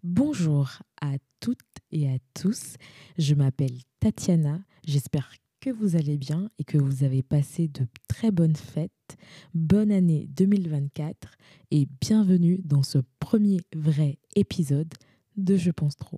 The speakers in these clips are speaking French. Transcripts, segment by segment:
Bonjour à toutes et à tous, je m'appelle Tatiana, j'espère que vous allez bien et que vous avez passé de très bonnes fêtes. Bonne année 2024 et bienvenue dans ce premier vrai épisode de Je pense trop.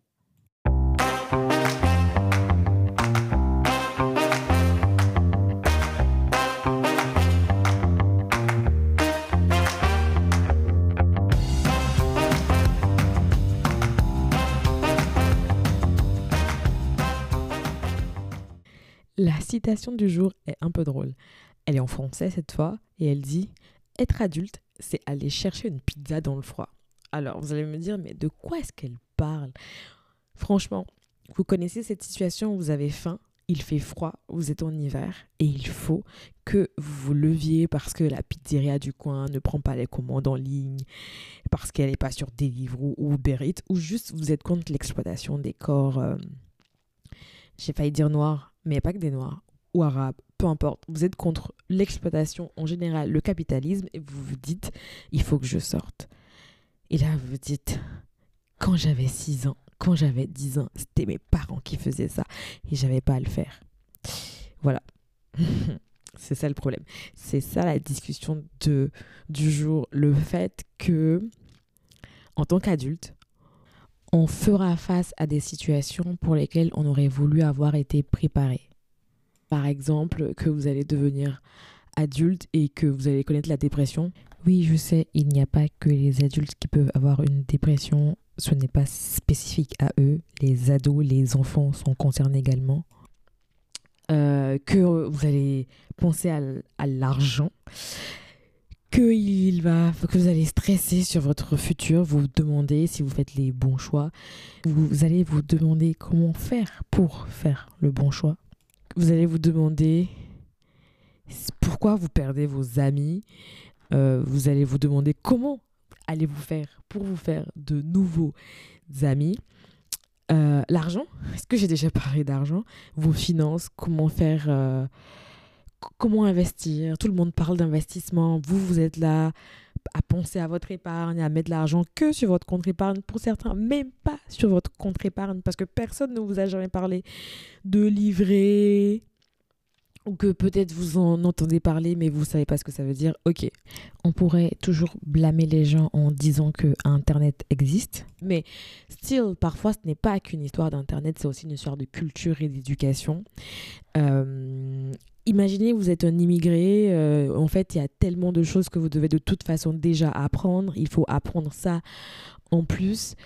La citation du jour est un peu drôle. Elle est en français cette fois et elle dit « Être adulte, c'est aller chercher une pizza dans le froid ». Alors vous allez me dire « Mais de quoi est-ce qu'elle parle ?» Franchement, vous connaissez cette situation où vous avez faim, il fait froid, vous êtes en hiver et il faut que vous vous leviez parce que la pizzeria du coin ne prend pas les commandes en ligne, parce qu'elle n'est pas sur Deliveroo ou Uber Eats, ou juste vous êtes contre l'exploitation des corps, j'ai failli dire noirs, mais pas que des noirs, ou arabes, peu importe. Vous êtes contre l'exploitation en général, le capitalisme, et vous vous dites, il faut que je sorte. Et là, vous vous dites, quand j'avais 6 ans, quand j'avais 10 ans, c'était mes parents qui faisaient ça, et j'avais pas à le faire. Voilà. C'est ça le problème. C'est ça la discussion du jour. Le fait que, en tant qu'adulte, on fera face à des situations pour lesquelles on aurait voulu avoir été préparé. Par exemple, que vous allez devenir adulte et que vous allez connaître la dépression. Oui, je sais, il n'y a pas que les adultes qui peuvent avoir une dépression. Ce n'est pas spécifique à eux. Les ados, les enfants sont concernés également. Que vous allez penser à l'argent. Que vous allez stresser sur votre futur, vous demander si vous faites les bons choix. Vous allez vous demander comment faire pour faire le bon choix. Vous allez vous demander pourquoi vous perdez vos amis. Vous allez vous demander comment allez-vous faire pour vous faire de nouveaux amis. L'argent, est-ce que j'ai déjà parlé d'argent? Vos finances, comment faire... Comment investir? Tout le monde parle d'investissement. Vous êtes là à penser à votre épargne, à mettre l'argent que sur votre compte épargne. Pour certains, même pas sur votre compte épargne parce que personne ne vous a jamais parlé de livret ou que peut-être vous en entendez parler mais vous savez pas ce que ça veut dire. Ok, on pourrait toujours blâmer les gens en disant que Internet existe, mais still, parfois ce n'est pas qu'une histoire d'Internet, c'est aussi une histoire de culture et d'éducation. Imaginez, vous êtes un immigré, en fait, il y a tellement de choses que vous devez de toute façon déjà apprendre. Il faut apprendre ça en plus.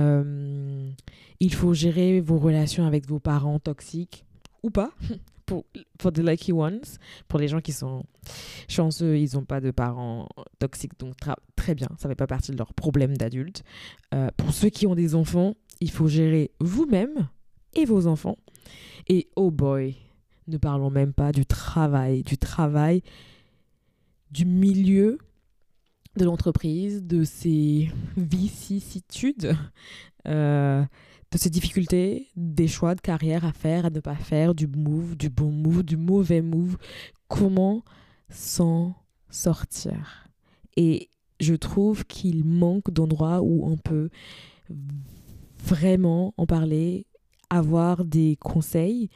Il faut gérer vos relations avec vos parents toxiques ou pas, pour the lucky ones. Pour les gens qui sont chanceux, ils n'ont pas de parents toxiques, donc très bien, ça ne fait pas partie de leur problème d'adulte. Pour ceux qui ont des enfants, il faut gérer vous-même et vos enfants. Et oh boy, ne parlons même pas du travail, du milieu de l'entreprise, de ses vicissitudes, de ses difficultés, des choix de carrière à faire, à ne pas faire, du move, du bon move, du mauvais move. Comment s'en sortir? Et je trouve qu'il manque d'endroits où on peut vraiment en parler, avoir des conseils,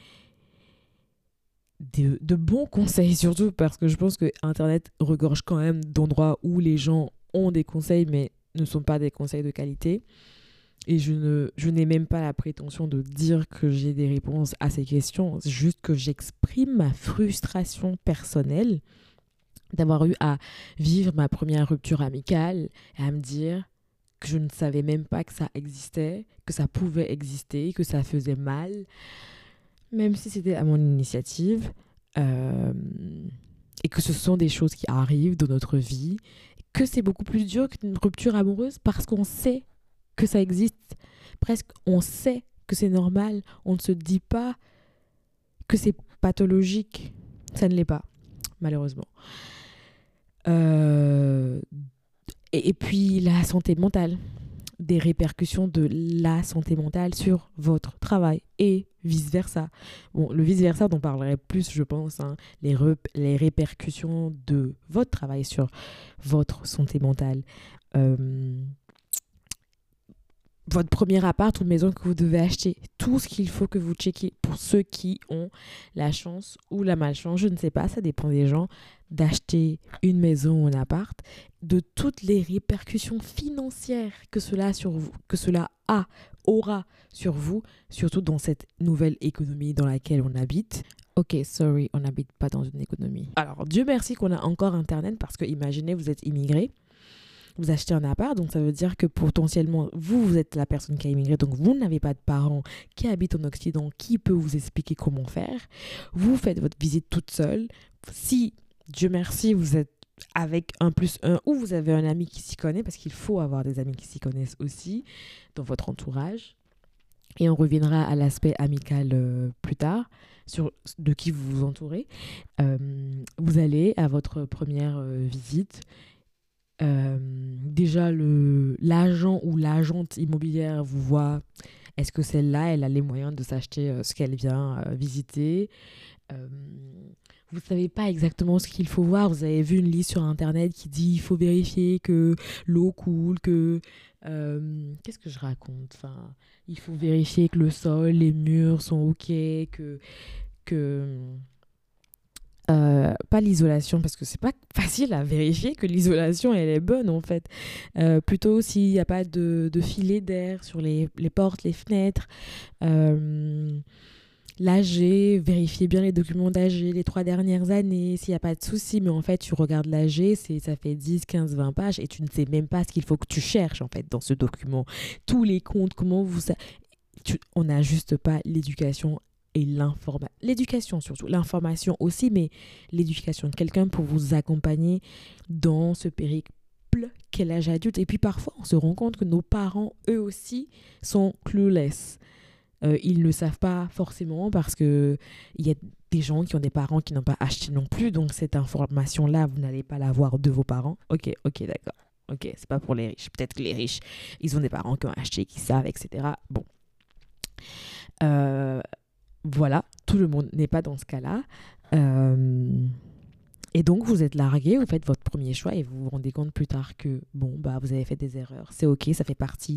de bons conseils surtout, parce que je pense que Internet regorge quand même d'endroits où les gens ont des conseils mais ne sont pas des conseils de qualité. Et je n'ai même pas la prétention de dire que j'ai des réponses à ces questions, c'est juste que j'exprime ma frustration personnelle d'avoir eu à vivre ma première rupture amicale et à me dire que je ne savais même pas que ça existait, que ça pouvait exister, que ça faisait mal, même si c'était à mon initiative, et que ce sont des choses qui arrivent dans notre vie, que c'est beaucoup plus dur qu'une rupture amoureuse parce qu'on sait que ça existe, presque on sait que c'est normal, on ne se dit pas que c'est pathologique, ça ne l'est pas, malheureusement. Et puis la santé mentale, des répercussions de la santé mentale sur votre travail et vice-versa. Bon, le vice-versa dont on parlerait plus, je pense, hein, les répercussions de votre travail sur votre santé mentale. votre premier appart ou maison que vous devez acheter. Tout ce qu'il faut que vous checkiez pour ceux qui ont la chance ou la malchance, je ne sais pas, ça dépend des gens, d'acheter une maison ou un appart, de toutes les répercussions financières que aura sur vous, surtout dans cette nouvelle économie dans laquelle on habite. Ok, sorry, on n'habite pas dans une économie. Alors, Dieu merci qu'on a encore Internet parce que imaginez, vous êtes immigré. Vous achetez un appart, donc ça veut dire que potentiellement, vous êtes la personne qui a immigré, donc vous n'avez pas de parents qui habitent en Occident, qui peut vous expliquer comment faire. Vous faites votre visite toute seule. Si, Dieu merci, vous êtes avec un plus un ou vous avez un ami qui s'y connaît, parce qu'il faut avoir des amis qui s'y connaissent aussi dans votre entourage. Et on reviendra à l'aspect amical plus tard, sur de qui vous vous entourez. Vous allez à votre première visite. Déjà l'agent ou l'agente immobilière vous voit, est-ce que celle-là elle a les moyens de s'acheter ce qu'elle vient visiter. Vous savez pas exactement ce qu'il faut voir, vous avez vu une liste sur internet qui dit il faut vérifier que l'eau coule, que qu'est-ce que je raconte, enfin, il faut vérifier que le sol, les murs sont ok, que pas l'isolation, parce que c'est pas facile à vérifier que l'isolation elle est bonne en fait. Plutôt s'il n'y a pas de filet d'air sur les portes, les fenêtres. L'AG, vérifier bien les documents d'AG les 3 dernières années, s'il n'y a pas de souci. Mais en fait, tu regardes l'AG, ça fait 10, 15, 20 pages et tu ne sais même pas ce qu'il faut que tu cherches en fait dans ce document. Tous les comptes, comment vous... on n'a juste pas l'éducation et l'éducation surtout, l'information aussi, mais l'éducation de quelqu'un pour vous accompagner dans ce périple qu'est l'âge adulte. Et puis parfois, on se rend compte que nos parents, eux aussi, sont clueless. Ils ne le savent pas forcément parce qu'il y a des gens qui ont des parents qui n'ont pas acheté non plus. Donc cette information-là, vous n'allez pas l'avoir de vos parents. Ok, d'accord. Ok, c'est pas pour les riches. Peut-être que les riches, ils ont des parents qui ont acheté, qui savent, etc. Bon. Voilà, tout le monde n'est pas dans ce cas-là. Et donc, vous êtes largué, vous faites votre premier choix et vous vous rendez compte plus tard que, bon, bah, vous avez fait des erreurs. C'est ok, ça fait partie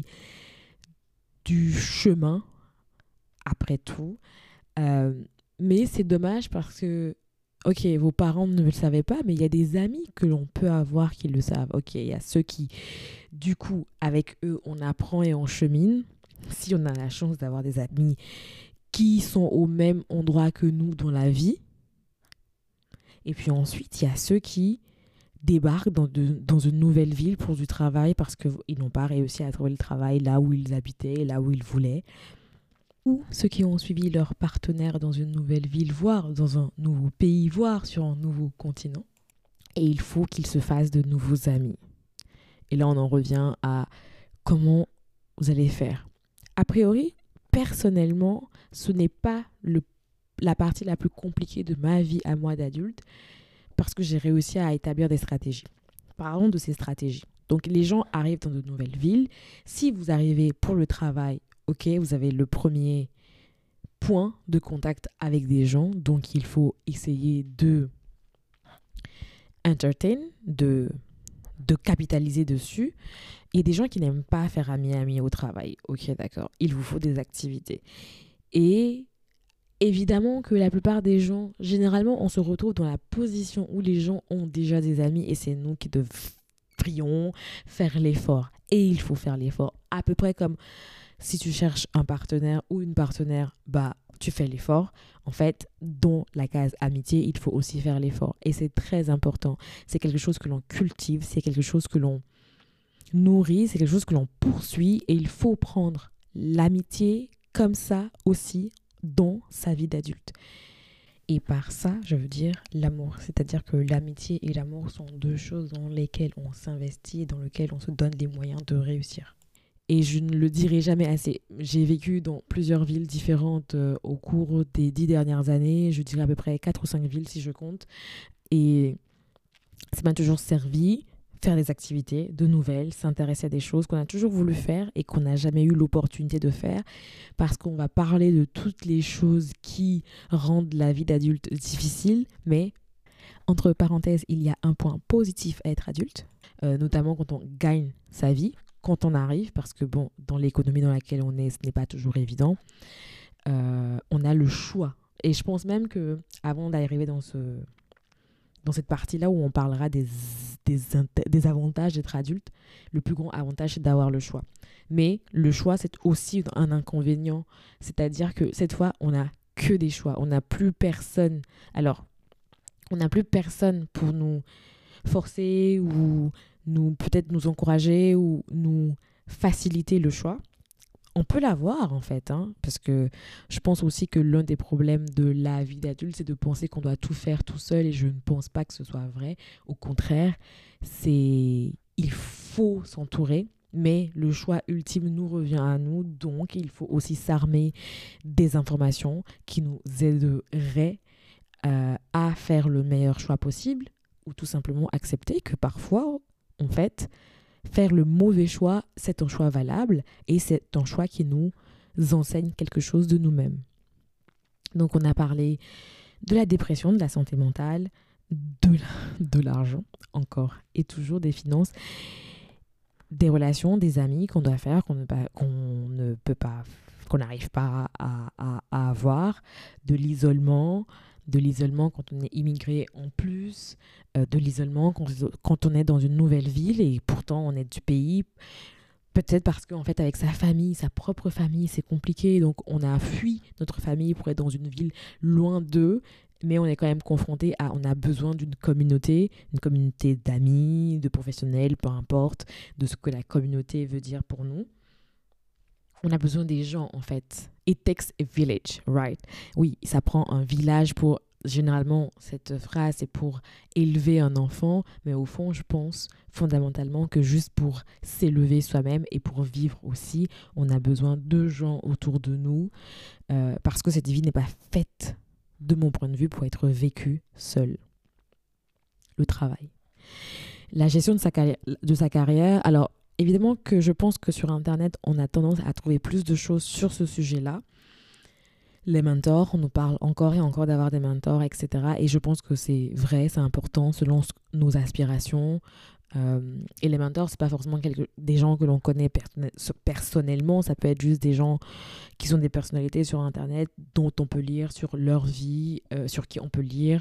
du chemin, après tout. Mais c'est dommage parce que, ok, vos parents ne le savaient pas, mais il y a des amis que l'on peut avoir qui le savent. Ok, il y a ceux qui, du coup, avec eux, on apprend et on chemine. Si on a la chance d'avoir des amis qui sont au même endroit que nous dans la vie. Et puis ensuite, il y a ceux qui débarquent dans une nouvelle ville pour du travail parce qu'ils n'ont pas réussi à trouver le travail là où ils habitaient, là où ils voulaient. Ou ceux qui ont suivi leur partenaire dans une nouvelle ville, voire dans un nouveau pays, voire sur un nouveau continent. Et il faut qu'ils se fassent de nouveaux amis. Et là, on en revient à comment vous allez faire. A priori, personnellement, ce n'est pas la partie la plus compliquée de ma vie à moi d'adulte parce que j'ai réussi à établir des stratégies. Parlons de ces stratégies. Donc, les gens arrivent dans de nouvelles villes. Si vous arrivez pour le travail, ok, vous avez le premier point de contact avec des gens. Donc, il faut essayer de entertain, de capitaliser dessus. Il y a des gens qui n'aiment pas faire ami au travail. Ok, d'accord. Il vous faut des activités. Et évidemment que la plupart des gens, généralement, on se retrouve dans la position où les gens ont déjà des amis et c'est nous qui devrions faire l'effort. Et il faut faire l'effort. À peu près comme si tu cherches un partenaire ou une partenaire, bah, tu fais l'effort. En fait, dans la case amitié, il faut aussi faire l'effort. Et c'est très important. C'est quelque chose que l'on cultive, c'est quelque chose que l'on nourrit, c'est quelque chose que l'on poursuit. Et il faut prendre l'amitié comme ça aussi dans sa vie d'adulte. Et par ça, je veux dire l'amour. C'est-à-dire que l'amitié et l'amour sont deux choses dans lesquelles on s'investit et dans lesquelles on se donne les moyens de réussir. Et je ne le dirai jamais assez. J'ai vécu dans plusieurs villes différentes au cours des 10 dernières années. Je dirais à peu près 4 ou 5 villes si je compte. Et ça m'a toujours servi, faire des activités, de nouvelles, s'intéresser à des choses qu'on a toujours voulu faire et qu'on n'a jamais eu l'opportunité de faire. Parce qu'on va parler de toutes les choses qui rendent la vie d'adulte difficile. Mais, entre parenthèses, il y a un point positif à être adulte. Notamment quand on gagne sa vie. quand on arrive, parce que bon, dans l'économie dans laquelle on est, ce n'est pas toujours évident, on a le choix. Et je pense même que avant d'arriver dans cette partie-là où on parlera des avantages d'être adulte, le plus grand avantage, c'est d'avoir le choix. Mais le choix, c'est aussi un inconvénient. C'est-à-dire que cette fois, on n'a que des choix. On n'a plus personne. Alors, on n'a plus personne pour nous forcer ou peut-être nous encourager ou nous faciliter le choix. On peut l'avoir en fait, hein, parce que je pense aussi que l'un des problèmes de la vie d'adulte, c'est de penser qu'on doit tout faire tout seul et je ne pense pas que ce soit vrai. Au contraire, il faut s'entourer, mais le choix ultime nous revient à nous, donc il faut aussi s'armer des informations qui nous aideraient à faire le meilleur choix possible ou tout simplement accepter que parfois, en fait, faire le mauvais choix, c'est un choix valable et c'est un choix qui nous enseigne quelque chose de nous-mêmes. Donc, on a parlé de la dépression, de la santé mentale, de l'argent, encore et toujours des finances, des relations, des amis qu'on doit faire, qu'on n'arrive pas à avoir, de l'isolement quand on est immigré en plus, de l'isolement quand on est dans une nouvelle ville et pourtant on est du pays. Peut-être parce qu'en fait, avec sa famille, sa propre famille, c'est compliqué. Donc, on a fui notre famille pour être dans une ville loin d'eux. Mais on est quand même confronté on a besoin d'une communauté d'amis, de professionnels, peu importe, de ce que la communauté veut dire pour nous. On a besoin des gens, en fait. It takes a village, right? Oui, ça prend un village pour... Généralement, cette phrase, c'est pour élever un enfant. Mais au fond, je pense fondamentalement que juste pour s'élever soi-même et pour vivre aussi, on a besoin de gens autour de nous. Parce que cette vie n'est pas faite, de mon point de vue, pour être vécue seule. Le travail. La gestion de sa carrière. Alors, évidemment que je pense que sur Internet, on a tendance à trouver plus de choses sur ce sujet-là. Les mentors, on nous parle encore et encore d'avoir des mentors, etc. Et je pense que c'est vrai, c'est important selon nos aspirations. Et les mentors, c'est pas forcément des gens que l'on connaît personnellement. Ça peut être juste des gens qui sont des personnalités sur Internet dont on peut lire sur leur vie, sur qui on peut lire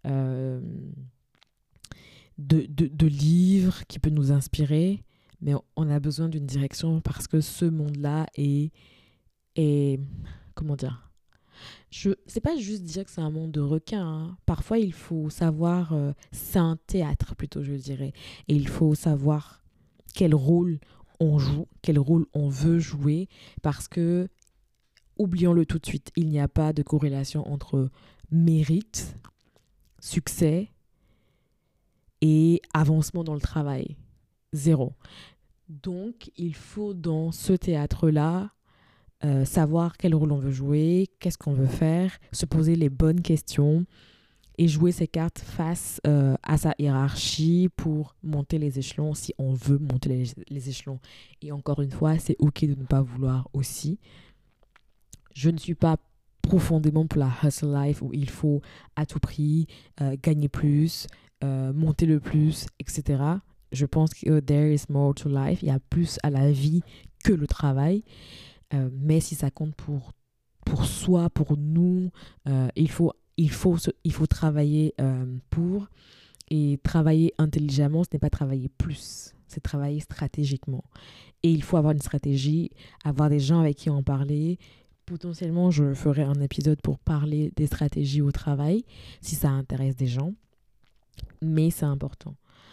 de livres qui peuvent nous inspirer. Mais on a besoin d'une direction parce que ce monde-là est comment dire, c'est pas juste dire que c'est un monde de requins, hein. Parfois, il faut savoir... c'est un théâtre, plutôt, je dirais. Et il faut savoir quel rôle on joue, quel rôle on veut jouer. Parce que, oublions-le tout de suite, il n'y a pas de corrélation entre mérite, succès et avancement dans le travail. Zéro. Donc, il faut, dans ce théâtre-là, savoir quel rôle on veut jouer, qu'est-ce qu'on veut faire, se poser les bonnes questions et jouer ses cartes face à sa hiérarchie pour monter les échelons si on veut monter les échelons. Et encore une fois, c'est ok de ne pas vouloir aussi. Je ne suis pas profondément pour la hustle life où il faut à tout prix gagner plus, monter le plus, etc. Je pense que there is more to life. Il y a plus à la vie que le travail. Mais si ça compte pour soi, pour nous, il faut travailler pour. Et travailler intelligemment, ce n'est pas travailler plus, c'est travailler stratégiquement. Et il faut avoir une stratégie, avoir des gens avec qui en parler. Potentiellement, je ferai un épisode pour parler des stratégies au travail, si ça intéresse des gens. Mais c'est important.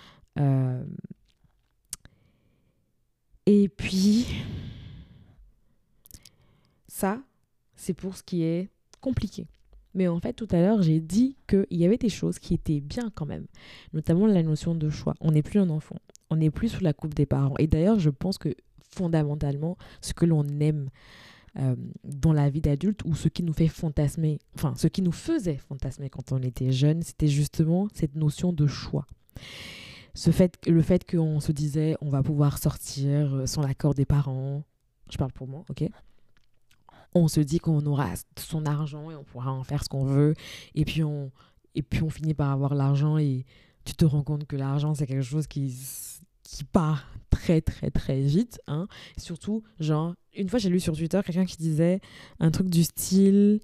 Et puis... ça, c'est pour ce qui est compliqué. Mais en fait, tout à l'heure, j'ai dit qu'il y avait des choses qui étaient bien quand même. Notamment la notion de choix. On n'est plus un enfant. On n'est plus sous la coupe des parents. Et d'ailleurs, je pense que fondamentalement, ce que l'on aime dans la vie d'adulte ou ce qui nous fait fantasmer, enfin, ce qui nous faisait fantasmer quand on était jeune, c'était justement cette notion de choix. Le fait qu'on se disait on va pouvoir sortir sans l'accord des parents. Je parle pour moi, ok ? On se dit qu'on aura son argent et on pourra en faire ce qu'on veut. Et puis on finit par avoir l'argent et tu te rends compte que l'argent, c'est quelque chose qui qui part très très très vite, hein. Surtout, genre, une fois j'ai lu sur Twitter quelqu'un qui disait un truc du style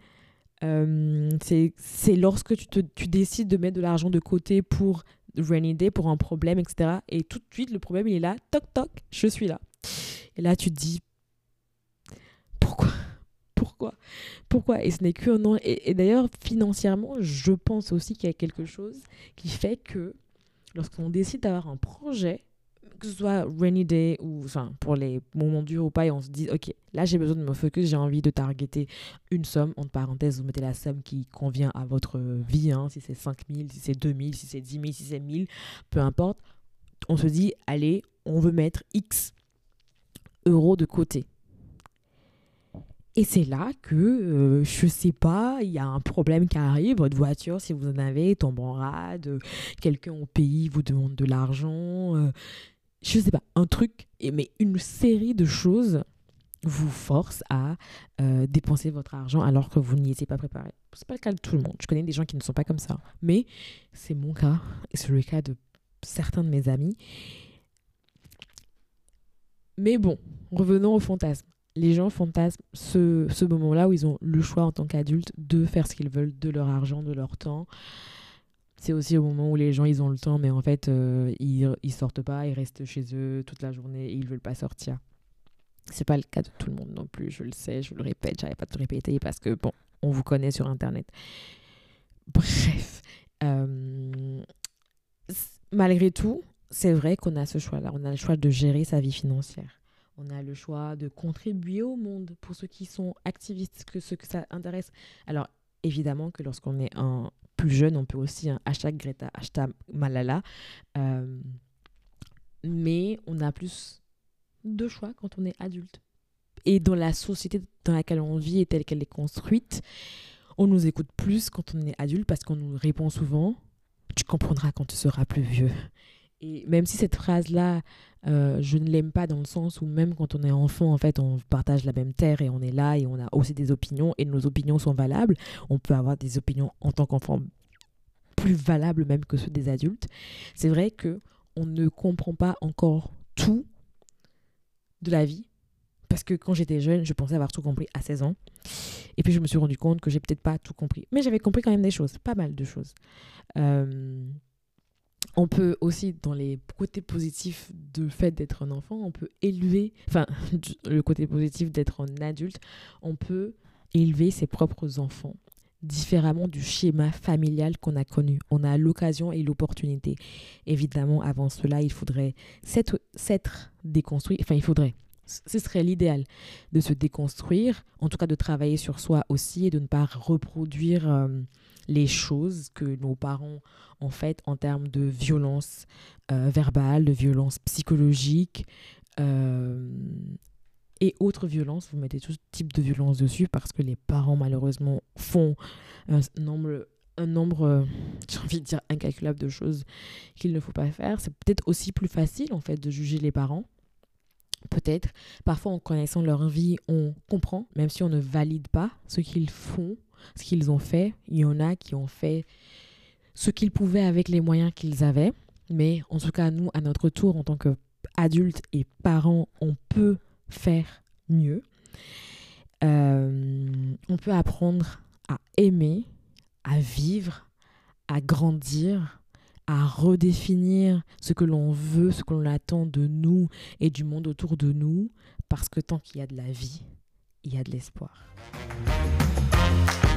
c'est lorsque tu décides de mettre de l'argent de côté pour rainy day, pour un problème, etc. Et tout de suite, le problème, il est là, toc toc, je suis là. Et là, tu te dis, pourquoi pourquoi pourquoi? Et ce n'est que non. Et d'ailleurs, financièrement, je pense aussi qu'il y a quelque chose qui fait que lorsqu'on décide d'avoir un projet, que ce soit rainy day ou enfin pour les moments durs ou pas, et on se dit ok, là j'ai besoin de me focus, j'ai envie de targeter une somme, entre parenthèses vous mettez la somme qui convient à votre vie, hein, si c'est 5 000, si c'est 2 000, si c'est 10 000, si c'est 1 000, peu importe. On se dit allez, on veut mettre X euros de côté. Et c'est là que, je sais pas, il y a un problème qui arrive, votre voiture, si vous en avez, tombe en rade, quelqu'un au pays vous demande de l'argent, je sais pas, un truc, mais une série de choses vous force à dépenser votre argent alors que vous n'y étiez pas préparé. C'est pas le cas de tout le monde. Je connais des gens qui ne sont pas comme ça, mais c'est mon cas et c'est le cas de certains de mes amis. Mais bon, revenons au fantasme. Les gens fantasment ce moment-là où ils ont le choix en tant qu'adultes de faire ce qu'ils veulent de leur argent, de leur temps. C'est aussi au moment où les gens ils ont le temps, mais en fait ils sortent pas, ils restent chez eux toute la journée et ils veulent pas sortir. C'est pas le cas de tout le monde non plus, je le sais, je le répète, j'arrête pas de le répéter parce que bon, on vous connaît sur internet. Bref, malgré tout, c'est vrai qu'on a ce choix-là, on a le choix de gérer sa vie financière. On a le choix de contribuer au monde pour ceux qui sont activistes, ceux que ça intéresse. Alors, évidemment que lorsqu'on est un plus jeune, on peut aussi hashtag Greta, hashtag Malala. Mais on a plus de choix quand on est adulte. Et dans la société dans laquelle on vit et telle qu'elle est construite, on nous écoute plus quand on est adulte parce qu'on nous répond souvent « Tu comprendras quand tu seras plus vieux ». Et même si cette phrase-là, je ne l'aime pas dans le sens où même quand on est enfant, en fait, on partage la même terre et on est là et on a aussi des opinions et nos opinions sont valables. On peut avoir des opinions en tant qu'enfant plus valables même que ceux des adultes. C'est vrai qu'on ne comprend pas encore tout de la vie. Parce que quand j'étais jeune, je pensais avoir tout compris à 16 ans. Et puis je me suis rendu compte que j'ai peut-être pas tout compris. Mais j'avais compris quand même des choses, pas mal de choses. On peut aussi, dans les côtés positifs du fait d'être un enfant, on peut élever, enfin, le côté positif d'être un adulte, on peut élever ses propres enfants différemment du schéma familial qu'on a connu. On a l'occasion et l'opportunité. Évidemment, avant cela, il faudrait s'être déconstruit. Enfin, ce serait l'idéal de se déconstruire, en tout cas de travailler sur soi aussi et de ne pas reproduire les choses que nos parents ont faites en termes de violence verbale, de violence psychologique et autres violences. Vous mettez tout type de violence dessus parce que les parents malheureusement font un nombre j'ai envie de dire incalculable de choses qu'il ne faut pas faire. C'est peut-être aussi plus facile en fait de juger les parents. Peut-être, parfois en connaissant leur vie, on comprend, même si on ne valide pas ce qu'ils font, ce qu'ils ont fait. Il y en a qui ont fait ce qu'ils pouvaient avec les moyens qu'ils avaient. Mais en tout cas, nous, à notre tour, en tant qu'adultes et parents, on peut faire mieux. On peut apprendre à aimer, à vivre, à grandir, à redéfinir ce que l'on veut, ce que l'on attend de nous et du monde autour de nous, parce que tant qu'il y a de la vie, il y a de l'espoir.